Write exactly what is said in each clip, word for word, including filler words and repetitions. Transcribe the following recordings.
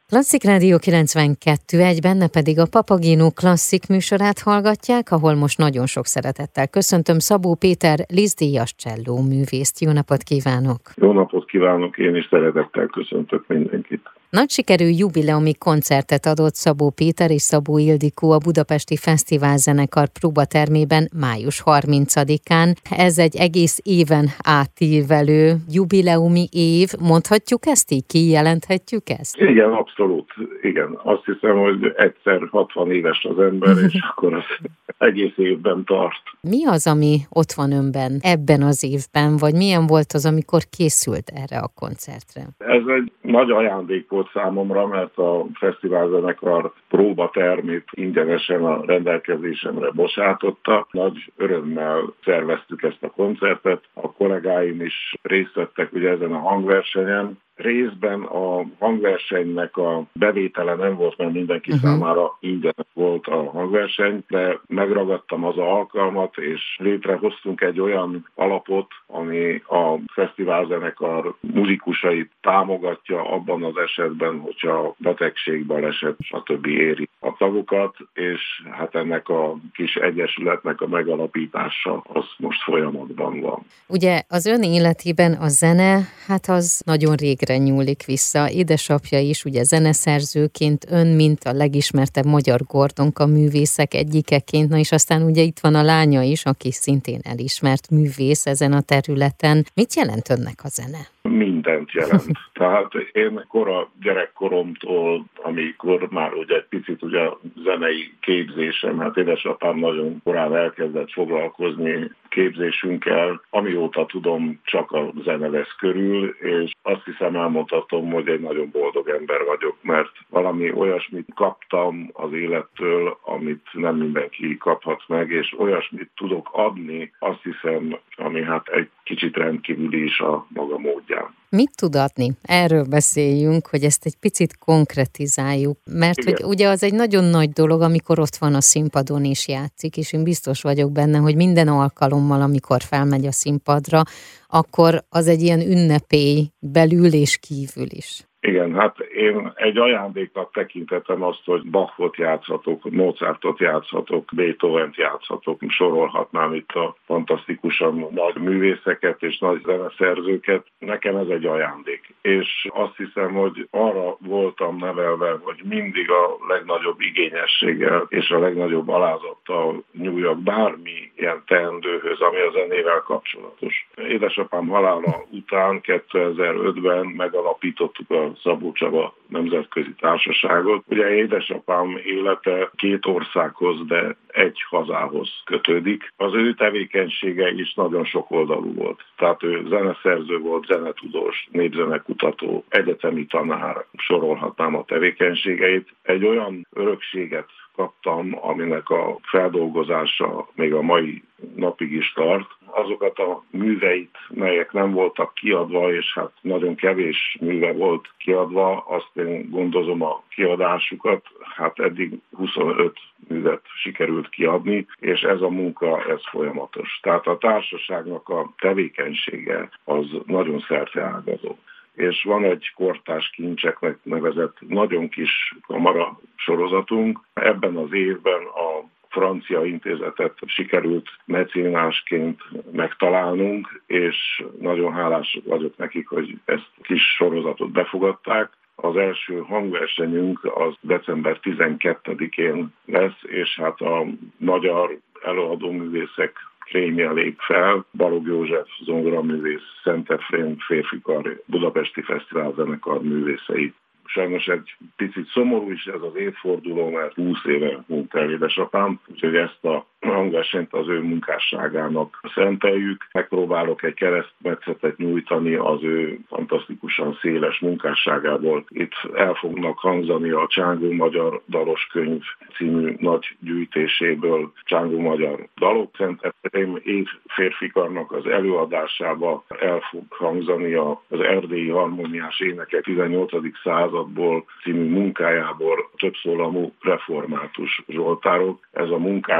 Klasszik Rádió kilencvenkettő egy, benne pedig a Papagéno klasszik műsorát hallgatják, ahol most nagyon sok szeretettel köszöntöm Szabó Péter Liszt-díjas cselló művészt. Jó napot kívánok! Jó napot kívánok, én is szeretettel köszöntök mindenkit. Nagy sikerű jubileumi koncertet adott Szabó Péter és Szabó Ildikó a Budapesti Fesztiválzenekar próbatermében május harmincadikán. Ez egy egész éven átívelő jubileumi év. Mondhatjuk ezt így? Kijelenthetjük ezt? Igen, abszolút. Igen. Azt hiszem, hogy egyszer hatvan éves az ember, és akkor az egész évben tart. Mi az, ami ott van önben ebben az évben, vagy milyen volt az, amikor készült erre a koncertre? Ez egy nagy ajándék volt számomra, mert a fesztiválzenekar próbatermét ingyenesen a rendelkezésemre bocsátotta. Nagy örömmel szerveztük ezt a koncertet. A kollégáim is részt vettek ugye ezen a hangversenyen. Részben a hangversenynek a bevétele nem volt, mert mindenki uh-huh. számára ingyenes volt a hangverseny, de megragadtam az alkalmat, és létrehoztunk egy olyan alapot, ami a fesztiválzenekar muzikusait támogatja abban az esetben, hogyha betegség, baleset, stb. Éri a tagokat, és hát ennek a kis egyesületnek a megalapítása az most folyamatban van. Ugye az ön életében a zene, hát az nagyon régre nyúlik vissza. Édesapja is ugye zeneszerzőként, ön, mint a legismertebb magyar Gordonka művészek egyikeként, na és aztán ugye itt van a lánya is, aki szintén elismert művész ezen a területen. Mit jelent önnek a zene? Mindent jelent. Tehát én kora gyerekkoromtól, amikor már ugye egy picit ugye a zenei képzésem, hát édesapám nagyon korán elkezdett foglalkozni képzésünkkel, amióta tudom, csak a zene vesz körül, és azt hiszem elmondhatom, hogy egy nagyon boldog ember vagyok, mert valami olyasmit kaptam az élettől, amit nem mindenki kaphat meg, és olyasmit tudok adni, azt hiszem, ami hát egy kicsit rendkívüli is a maga módján. Mit tud adni? Erről beszéljünk, hogy ezt egy picit konkretizáljuk, mert Igen. hogy ugye az egy nagyon nagy dolog, amikor ott van a színpadon és játszik, és én biztos vagyok benne, hogy minden alkalommal, amikor felmegy a színpadra, akkor az egy ilyen ünnepély belül és kívül is. Igen, hát én egy ajándéknak tekintetem azt, hogy Bachot játszhatok, Mozartot játszhatok, Beethovent játszhatok, sorolhatnám itt a fantasztikusan nagy művészeket és nagy zeneszerzőket. Nekem ez egy ajándék. És azt hiszem, hogy arra voltam nevelve, hogy mindig a legnagyobb igényességgel és a legnagyobb alázattal nyúljak bármi ilyen teendőhöz, ami a zenével kapcsolatos. Édesapám halála után kétezer-ötben megalapítottuk a Szabó Csaba Nemzetközi Társaságot. Ugye édesapám élete két országhoz, de egy hazához kötődik. Az ő tevékenysége is nagyon sokoldalú volt. Tehát ő zeneszerző volt, zenetudós, népzenekutató, egyetemi tanár, sorolhatnám a tevékenységeit. Egy olyan örökséget kaptam, aminek a feldolgozása még a mai napig is tart. Azokat a műveit, melyek nem voltak kiadva, és hát nagyon kevés műve volt kiadva, azt én gondozom a kiadásukat, hát eddig huszonöt művet sikerült kiadni, és ez a munka, ez folyamatos. Tehát a társaságnak a tevékenysége az nagyon szerteágazó. És van egy kortárs kincseknek nevezett nagyon kis kamara sorozatunk. Ebben az évben a francia intézetet sikerült mecénásként megtalálnunk, és nagyon hálás vagyok nekik, hogy ezt a kis sorozatot befogadták. Az első hangversenyünk az december tizenkettedikén lesz, és hát a magyar előadóművészek krémje lép fel, Balogh József zongoraművész, Szent Efrém férfikar, Budapesti Fesztiválzenekar művészei. Sajnos egy picit szomorú is ez az évforduló, mert húsz éve múlt el édesapám, úgyhogy ezt a hangversenyt az ő munkásságának szenteljük. Megpróbálok egy keresztmetszetet nyújtani az ő fantasztikusan széles munkásságából. Itt el fognak hangzani a Csángó Magyar Dalos Könyv című nagy gyűjtéséből Csángó Magyar dalok. Szent Efrém év férfikarnak az előadásába el fog hangzani az Erdélyi Harmóniás Énekek tizennyolcadik századból című munkájából többszólamú református zsoltárok. Ez a munkája a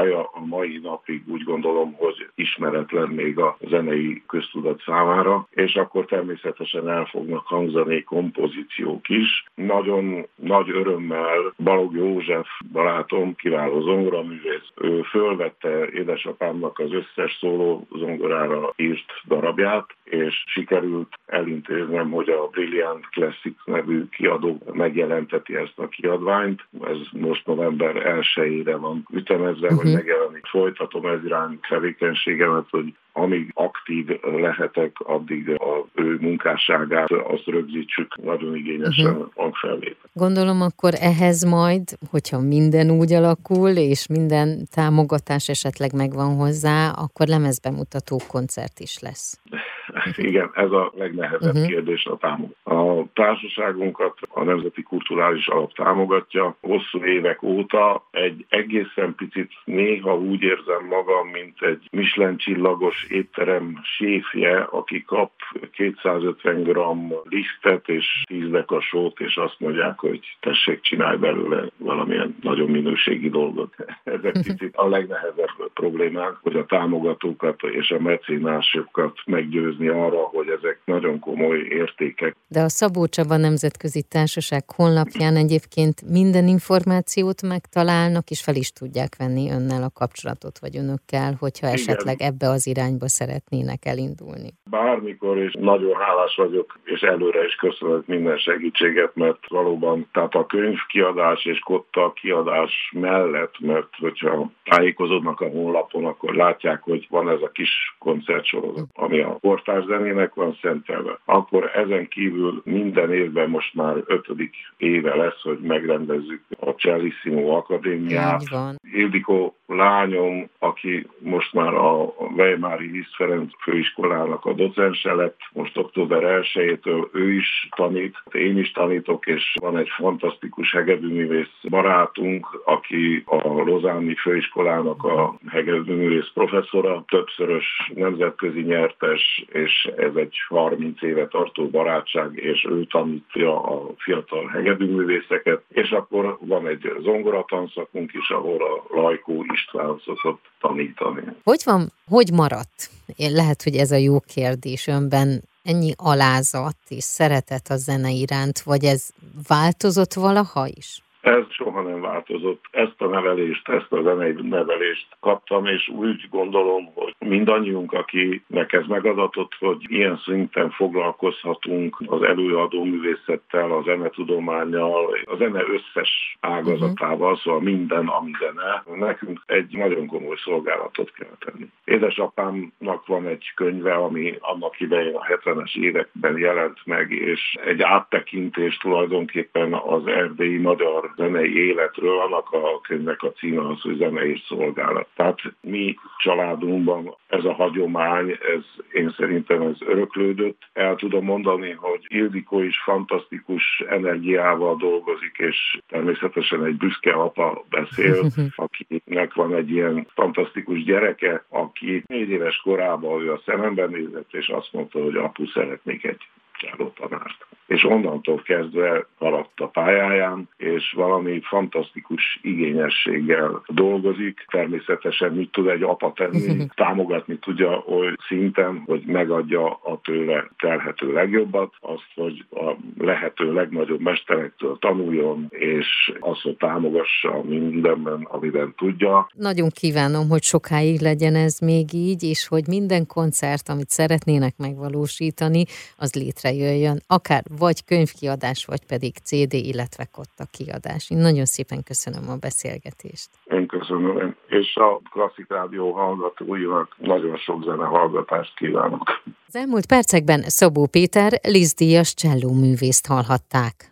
mai napig úgy gondolom, hogy ismeretlen még a zenei köztudat számára, és akkor természetesen el fognak hangzani kompozíciók is. Nagyon nagy örömmel Balogh József barátom, kiváló zongoraművész, ő fölvette édesapámnak az összes szóló zongorára írt darabját, és sikerült elintéznem, hogy a Brilliant Classics nevű kiadó megjelenteti ezt a kiadványt. Ez most november elsejére van ütemezve, uh-huh. hogy megjelenik. Folytatom ez irány tevékenységemet, hogy amíg aktív lehetek, addig az ő munkásságát azt rögzítsük, nagyon igényesen uh-huh. hangfelvétel. Gondolom akkor ehhez majd, hogyha minden úgy alakul, és minden támogatás esetleg megvan hozzá, akkor lemezbemutató koncert is lesz. Igen, ez a legnehezebb uh-huh. kérdés a támogatás. A társaságunkat a Nemzeti Kulturális Alap támogatja. Hosszú évek óta egy egészen picit néha úgy érzem magam, mint egy Michelin csillagos étterem séfje, aki kap kétszázötven gramm lisztet és tíz deka sót, és azt mondják, hogy tessék, csinálj belőle valamilyen nagyon minőségi dolgot. Ez egy picit a legnehezebb problémánk, hogy a támogatókat és a mecénásokat meggyőzni arra, hogy ezek nagyon komoly értékek. De a Szabó Csaba Nemzetközi Társaság honlapján egyébként minden információt megtalálnak, és fel is tudják venni önnel a kapcsolatot, vagy önökkel, hogyha Igen. esetleg ebbe az irányba szeretnének elindulni. Bármikor, és nagyon hálás vagyok, és előre is köszönök minden segítséget, mert valóban, tehát a könyvkiadás és kotta kiadás mellett, mert hogyha tájékozódnak a honlapon, akkor látják, hogy van ez a kis koncertsorozat, ami a kortárs zenének van szentelve. Akkor ezen kívül minden évben most már ötödik éve lesz, hogy megrendezzük a Cellissimo Akadémiát. Ildikó lányom, aki most már a Weimári Liszt Ferenc főiskolának a docense lett, most október elsejétől ő is tanít, én is tanítok, és van egy fantasztikus hegedűművész barátunk, aki a Lausanne-i főiskolának a hegedűművész professzora, többszörös nemzetközi nyertes, és ez egy harminc éve tartó barátság, és ő tanítja a fiatal hegedűművészeket, és akkor van egy zongoratanszakunk is, ahol a Lajkó István szokott tanítani. Hogy van, hogy maradt? Én lehet, hogy ez a jó kérdés önben, ennyi alázat és szeretet a zene iránt, vagy ez változott valaha is? Ez soha nem változott. Ezt a nevelést, ezt a zenei nevelést kaptam, és úgy gondolom, hogy mindannyiunk, akinek ez megadatott, hogy ilyen szinten foglalkozhatunk az előadó művészettel, a zenetudománnyal, a zene összes ágazatával, szóval minden, ami zene, nekünk egy nagyon komoly szolgálatot kell tenni. Édesapámnak van egy könyve, ami annak idején a hetvenes években jelent meg, és egy áttekintés tulajdonképpen az erdélyi magyar zenei életről, annak a könyvnek a címe az, hogy zenei szolgálat. Tehát mi családunkban ez a hagyomány, ez én szerintem ez öröklődött. El tudom mondani, hogy Ildikó is fantasztikus energiával dolgozik, és természetesen egy büszke apa beszél, akinek van egy ilyen fantasztikus gyereke, aki négy éves korában ő a szememben nézett, és azt mondta, hogy apu, szeretnék egy tanárt. És onnantól kezdve haladt a pályáján, és valami fantasztikus igényességgel dolgozik. Természetesen mit tud egy apa tenni? Támogatni tudja oly szinten, hogy megadja a tőle telhető legjobbat, azt, hogy a lehető legnagyobb mesterektől tanuljon, és azt, hogy támogassa mindenben, amiben tudja. Nagyon kívánom, hogy sokáig legyen ez még így, és hogy minden koncert, amit szeretnének megvalósítani, az létrejöjjön, akár vagy könyvkiadás, vagy pedig cé dé, illetve kotta kiadás. Én nagyon szépen köszönöm a beszélgetést. Én köszönöm, és a Klasszik Rádió hallgatóinak nagyon sok zene hallgatást kívánok. Az elmúlt percekben Szabó Péter Liszt díjas csellóművészt hallhatták.